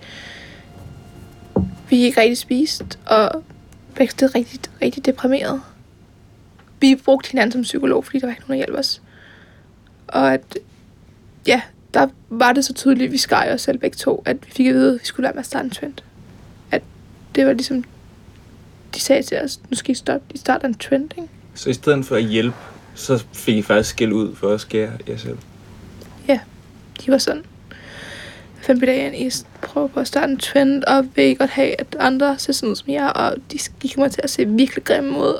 M: vi ikke rigtig spiste, og vækstede rigtig, rigtig deprimeret. Vi brugte hinanden som psykolog, fordi der var ikke nogen, der hjalp os. Og at, ja, der var det så tydeligt, at vi skar os selv begge to, at vi fik at vide, at vi skulle lade med at starte en trend. At det var ligesom, de sagde til os, nu skal I stoppe, de starter en trend, ikke?
N: Så i stedet for at hjælpe, så fik I faktisk skæld ud for at skære jer selv?
M: Ja, de var sådan. Fem dage I prøver på at starte en trend, og vil I godt have, at andre ser sådan ud som jer, og de, de kommer til at se virkelig grimme ud.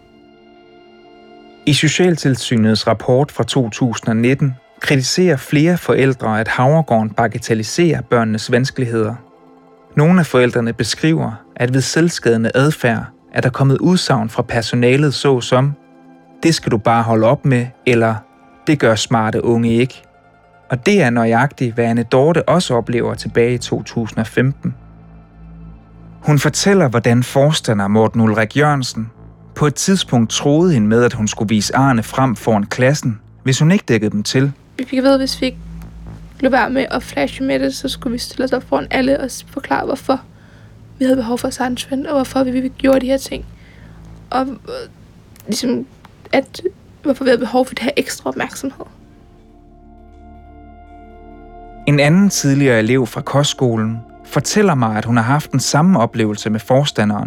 D: I Socialtilsynets rapport fra to tusind nitten kritiserer flere forældre, at Havregården bagatelliserer børnenes vanskeligheder. Nogle af forældrene beskriver, at ved selvskadende adfærd er der kommet udsagn fra personalet så som, det skal du bare holde op med, eller det gør smarte unge ikke. Og det er nøjagtigt, hvad Anne Dorthe også oplever tilbage i to tusind og femten. Hun fortæller, hvordan forstander Morten Ulrik Jørgensen på et tidspunkt troede hende med, at hun skulle vise Arne frem foran klassen, hvis hun ikke dækkede dem til.
M: Vi fik at vide, hvis vi ikke lå være med at flashe med det, så skulle vi stille os op foran alle og forklare, hvorfor vi havde behov for sansvind, og hvorfor vi gjorde de her ting. Og øh, ligesom, at, hvorfor vi havde behov for det her ekstra opmærksomhed.
D: En anden tidligere elev fra kostskolen fortæller mig, at hun har haft den samme oplevelse med forstanderen.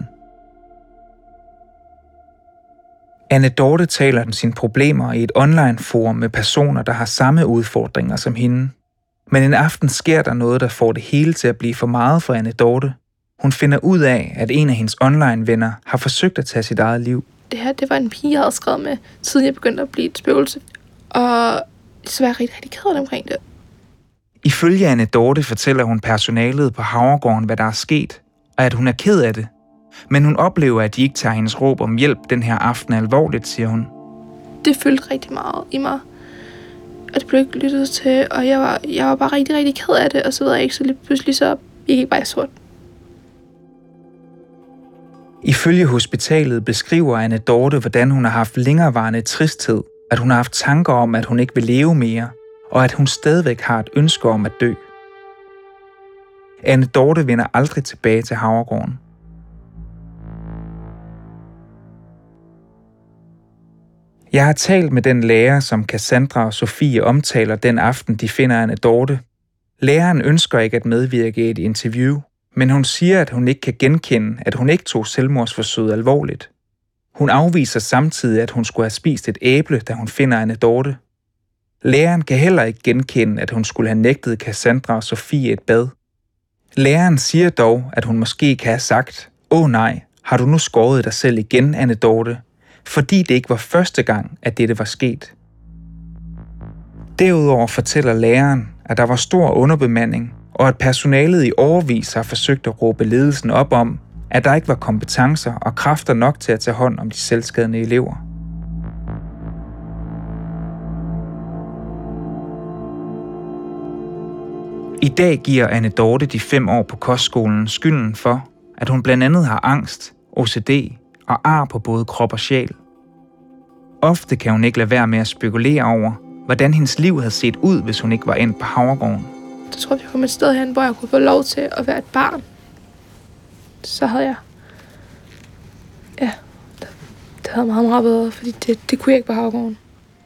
D: Anne Dorthe taler om sine problemer i et online-forum med personer, der har samme udfordringer som hende. Men en aften sker der noget, der får det hele til at blive for meget for Anne Dorthe. Hun finder ud af, at en af hendes online-venner har forsøgt at tage sit eget liv.
M: Det her, det var en pige, jeg havde skrevet med, siden jeg begyndte at blive et spøgelse. Og så var jeg rigtig, rigtig ked af omkring det.
D: Ifølge Anne Dorthe fortæller hun personalet på Havregården, hvad der er sket, og at hun er ked af det. Men hun oplever, at de ikke tager hendes råb om hjælp den her aften alvorligt, siger hun.
M: Det fyldte rigtig meget i mig. Og det blev ikke lyttet til, og jeg var, jeg var bare rigtig, rigtig ked af det, og så ved jeg ikke, så lige pludselig så gik jeg bare i sort.
D: Ifølge hospitalet beskriver Anne Dorthe, hvordan hun har haft længerevarende tristhed, at hun har haft tanker om, at hun ikke vil leve mere, og at hun stadigvæk har et ønske om at dø. Anne Dorthe vender aldrig tilbage til Havregården. Jeg har talt med den lærer, som Cassandra og Sofie omtaler den aften, de finder Anne Dorthe. Læreren ønsker ikke at medvirke i et interview, men hun siger, at hun ikke kan genkende, at hun ikke tog selvmordsforsøget alvorligt. Hun afviser samtidig, at hun skulle have spist et æble, da hun finder Anne Dorthe. Læreren kan heller ikke genkende, at hun skulle have nægtet Cassandra og Sofie et bad. Læreren siger dog, at hun måske kan have sagt, åh nej, har du nu skåret dig selv igen, Anne Dorthe? Fordi det ikke var første gang, at dette var sket. Derudover fortæller læreren, at der var stor underbemanding, og at personalet i årevis har forsøgt at råbe ledelsen op om, at der ikke var kompetencer og kræfter nok til at tage hånd om de selvskadende elever. I dag giver Anne Dorthe de fem år på kostskolen skylden for, at hun blandt andet har angst, O C D og ar på både krop og sjæl. Ofte kan hun ikke lade være med at spekulere over, hvordan hendes liv havde set ud, hvis hun ikke var endt på Havregården.
M: Jeg tror, jeg kom et sted hen, hvor jeg kunne få lov til at være et barn. Så havde jeg... Ja, det, det havde meget, meget bedre, fordi det, det kunne jeg ikke på Havregården.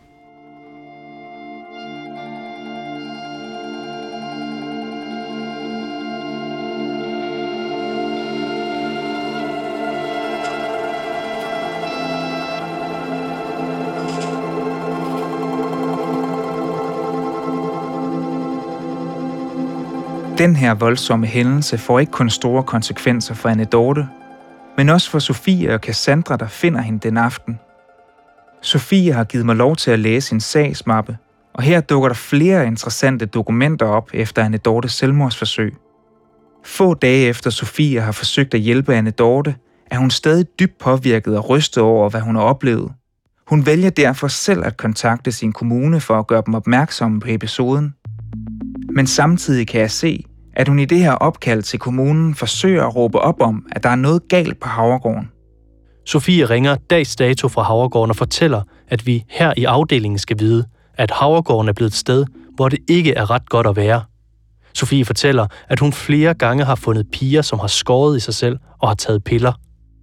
D: Den her voldsomme hændelse får ikke kun store konsekvenser for Anne Dorthe, men også for Sofie og Cassandra, der finder hende den aften. Sofie har givet mig lov til at læse en sagsmappe, og her dukker der flere interessante dokumenter op efter Anne Dorthes selvmordsforsøg. Få dage efter Sofie har forsøgt at hjælpe Anne Dorthe, er hun stadig dybt påvirket og rystet over, hvad hun har oplevet. Hun vælger derfor selv at kontakte sin kommune for at gøre dem opmærksomme på episoden. Men samtidig kan jeg se, at hun i det her opkald til kommunen forsøger at råbe op om, at der er noget galt på Havregården.
A: Sofie ringer dags dato fra Havregården og fortæller, at vi her i afdelingen skal vide, at Havregården er blevet et sted, hvor det ikke er ret godt at være. Sofie fortæller, at hun flere gange har fundet piger, som har skåret i sig selv og har taget piller.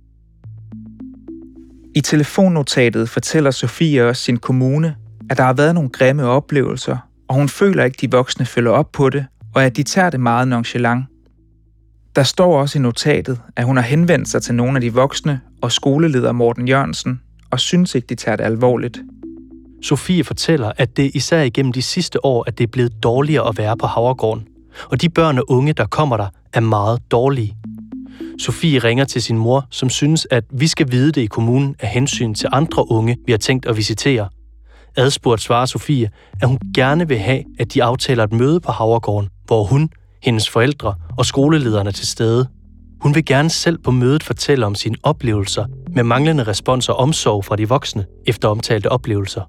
D: I telefonnotatet fortæller Sofie også sin kommune, at der har været nogle grimme oplevelser, og hun føler ikke, de voksne følger op på det, og at de tager det meget nonchalant. Der står også i notatet, at hun har henvendt sig til nogle af de voksne og skoleleder Morten Jørgensen, og synes ikke, de tager det alvorligt.
A: Sofie fortæller, at det især igennem de sidste år, at det er blevet dårligere at være på Havregården, og de børn og unge, der kommer der, er meget dårlige. Sofie ringer til sin mor, som synes, at vi skal vide det i kommunen af hensyn til andre unge, vi har tænkt at visitere. Adspurgt svarer Sofie, at hun gerne vil have, at de aftaler et møde på Havregården, hvor hun, hendes forældre og skolelederne er til stede. Hun vil gerne selv på mødet fortælle om sine oplevelser med manglende respons og omsorg fra de voksne efter omtalte oplevelser.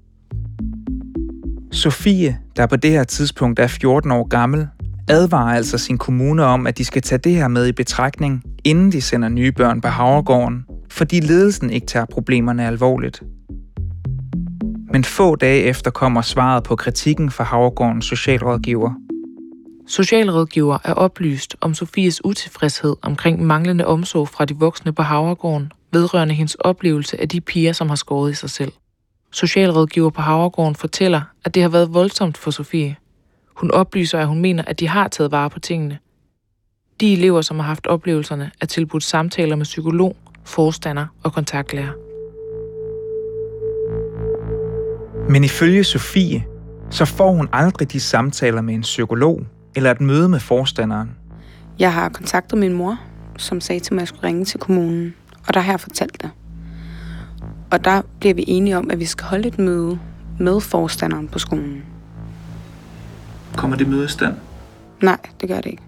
D: Sofie, der på det her tidspunkt er fjorten år gammel, advarer altså sin kommune om, at de skal tage det her med i betragtning, inden de sender nye børn på Havregården, fordi ledelsen ikke tager problemerne alvorligt. Men få dage efter kommer svaret på kritikken fra Havregårdens socialrådgiver.
L: Socialrådgiver er oplyst om Sofies utilfredshed omkring manglende omsorg fra de voksne på Havregården, vedrørende hendes oplevelse af de piger, som har skåret i sig selv. Socialrådgiver på Havregården fortæller, at det har været voldsomt for Sofie. Hun oplyser, at hun mener, at de har taget vare på tingene. De elever, som har haft oplevelserne, er tilbudt samtaler med psykolog, forstander og kontaktlærer.
D: Men ifølge Sofie, så får hun aldrig de samtaler med en psykolog eller et møde med forstanderen.
E: Jeg har kontaktet min mor, som sagde til mig, at jeg skulle ringe til kommunen, og der har jeg fortalt det. Og der bliver vi enige om, at vi skal holde et møde med forstanderen på skolen.
G: Kommer det møde i stand?
E: Nej, det gør det ikke.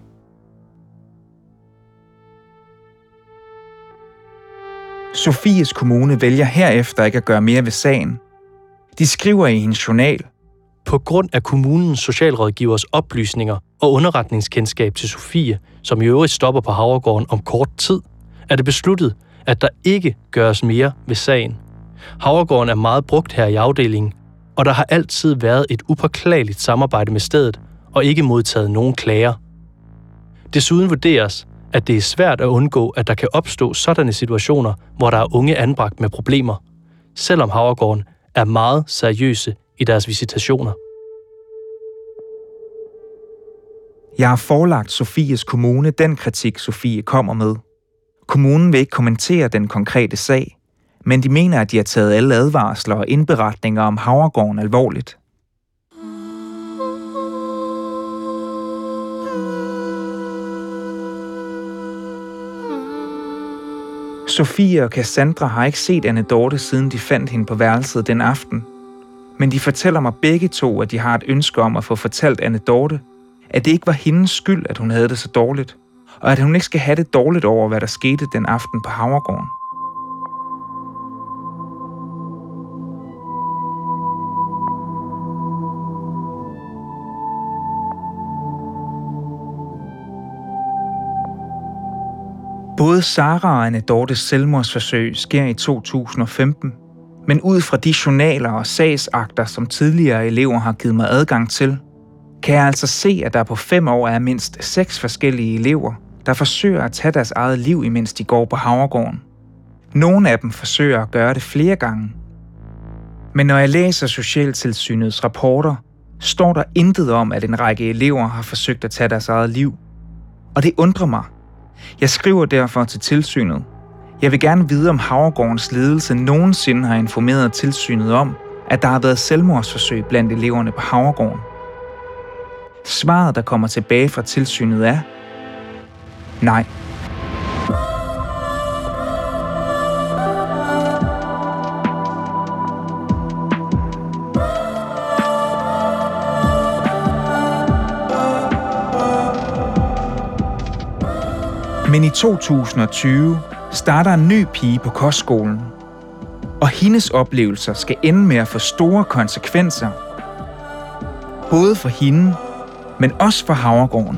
D: Sofies kommune vælger herefter ikke at gøre mere ved sagen. De skriver i hendes journal:
A: På grund af kommunens socialrådgivers oplysninger og underretningskendskab til Sofie, som i øvrigt stopper på Havregården om kort tid, er det besluttet, at der ikke gøres mere ved sagen. Havregården er meget brugt her i afdelingen, og der har altid været et upåklageligt samarbejde med stedet og ikke modtaget nogen klager. Desuden vurderes, at det er svært at undgå, at der kan opstå sådanne situationer, hvor der er unge anbragt med problemer, selvom Havregården er meget seriøse i deres visitationer.
D: Jeg har forelagt Sofies kommune den kritik, Sofie kommer med. Kommunen vil ikke kommentere den konkrete sag, men de mener, at de har taget alle advarsler og indberetninger om Havregården alvorligt. Sofie og Cassandra har ikke set Anne Dorte, siden de fandt hende på værelset den aften. Men de fortæller mig begge to, at de har et ønske om at få fortalt Anne Dorte, at det ikke var hendes skyld, at hun havde det så dårligt, og at hun ikke skal have det dårligt over, hvad der skete den aften på Havregården. Både Sara og Anne Dortes selvmordsforsøg sker i to tusind og femten, men ud fra de journaler og sagsakter, som tidligere elever har givet mig adgang til, kan jeg altså se, at der på fem år er mindst seks forskellige elever, der forsøger at tage deres eget liv, imens de går på Havregården. Nogle af dem forsøger at gøre det flere gange. Men når jeg læser Socialtilsynets rapporter, står der intet om, at en række elever har forsøgt at tage deres eget liv. Og det undrer mig. Jeg skriver derfor til tilsynet. Jeg vil gerne vide, om Havregårdens ledelse nogensinde har informeret tilsynet om, at der har været selvmordsforsøg blandt eleverne på Havregården. Svaret, der kommer tilbage fra tilsynet, er nej. Men i to tusind og tyve starter en ny pige på kostskolen, og hendes oplevelser skal ende med at få store konsekvenser. Både for hende, men også for Havregården.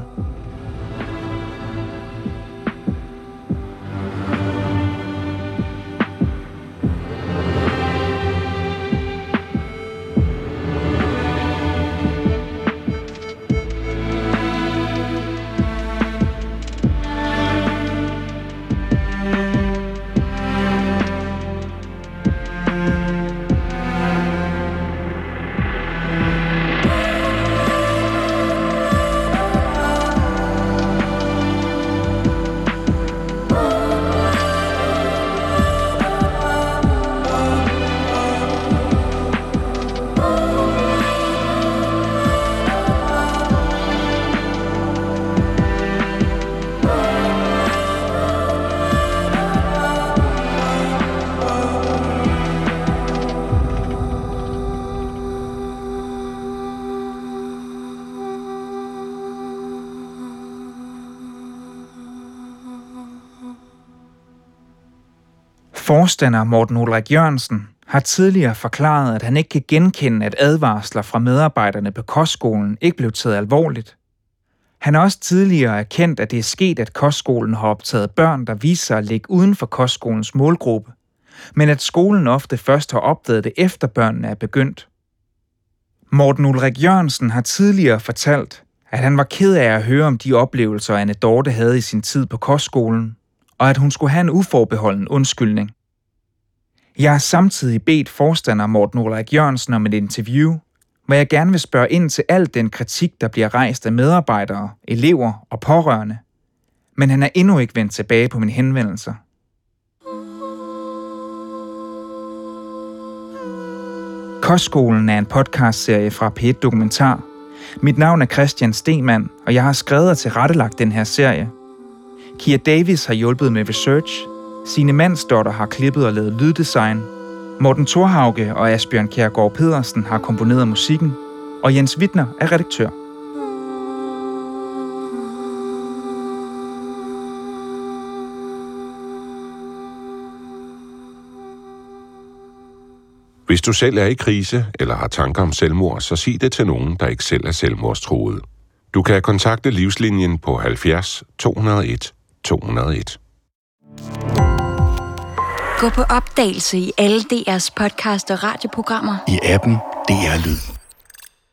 D: Forstander Morten Ulrik Jørgensen har tidligere forklaret, at han ikke kan genkende, at advarsler fra medarbejderne på kostskolen ikke blev taget alvorligt. Han har også tidligere erkendt, at det er sket, at kostskolen har optaget børn, der viser sig at ligge uden for kostskolens målgruppe, men at skolen ofte først har opdaget det, efter børnene er begyndt. Morten Ulrik Jørgensen har tidligere fortalt, at han var ked af at høre om de oplevelser, Anne Dorte havde i sin tid på kostskolen, og at hun skulle have en uforbeholden undskyldning. Jeg har samtidig bedt forstander Morten Ulrik Jørgensen om et interview, hvor jeg gerne vil spørge ind til al den kritik, der bliver rejst af medarbejdere, elever og pårørende. Men han er endnu ikke vendt tilbage på mine henvendelser. Kostskolen er en podcastserie fra P et Dokumentar. Mit navn er Christian Stemann, og jeg har skrevet og tilrettelagt den her serie. Kia Davis har hjulpet med research, Signe Mandsdotter har klippet og lavet lyddesign, Morten Thorhauge og Asbjørn Kjærgaard Pedersen har komponeret musikken, og Jens Wittner er redaktør.
B: Hvis du selv er i krise eller har tanker om selvmord, så sig det til nogen, der ikke selv er selvmordstruet. Du kan kontakte Livslinjen på halvfjerds to nul et to nul et.
O: Gå på opdagelse i alle D R's podcast og radioprogrammer.
P: I appen D R Lyd.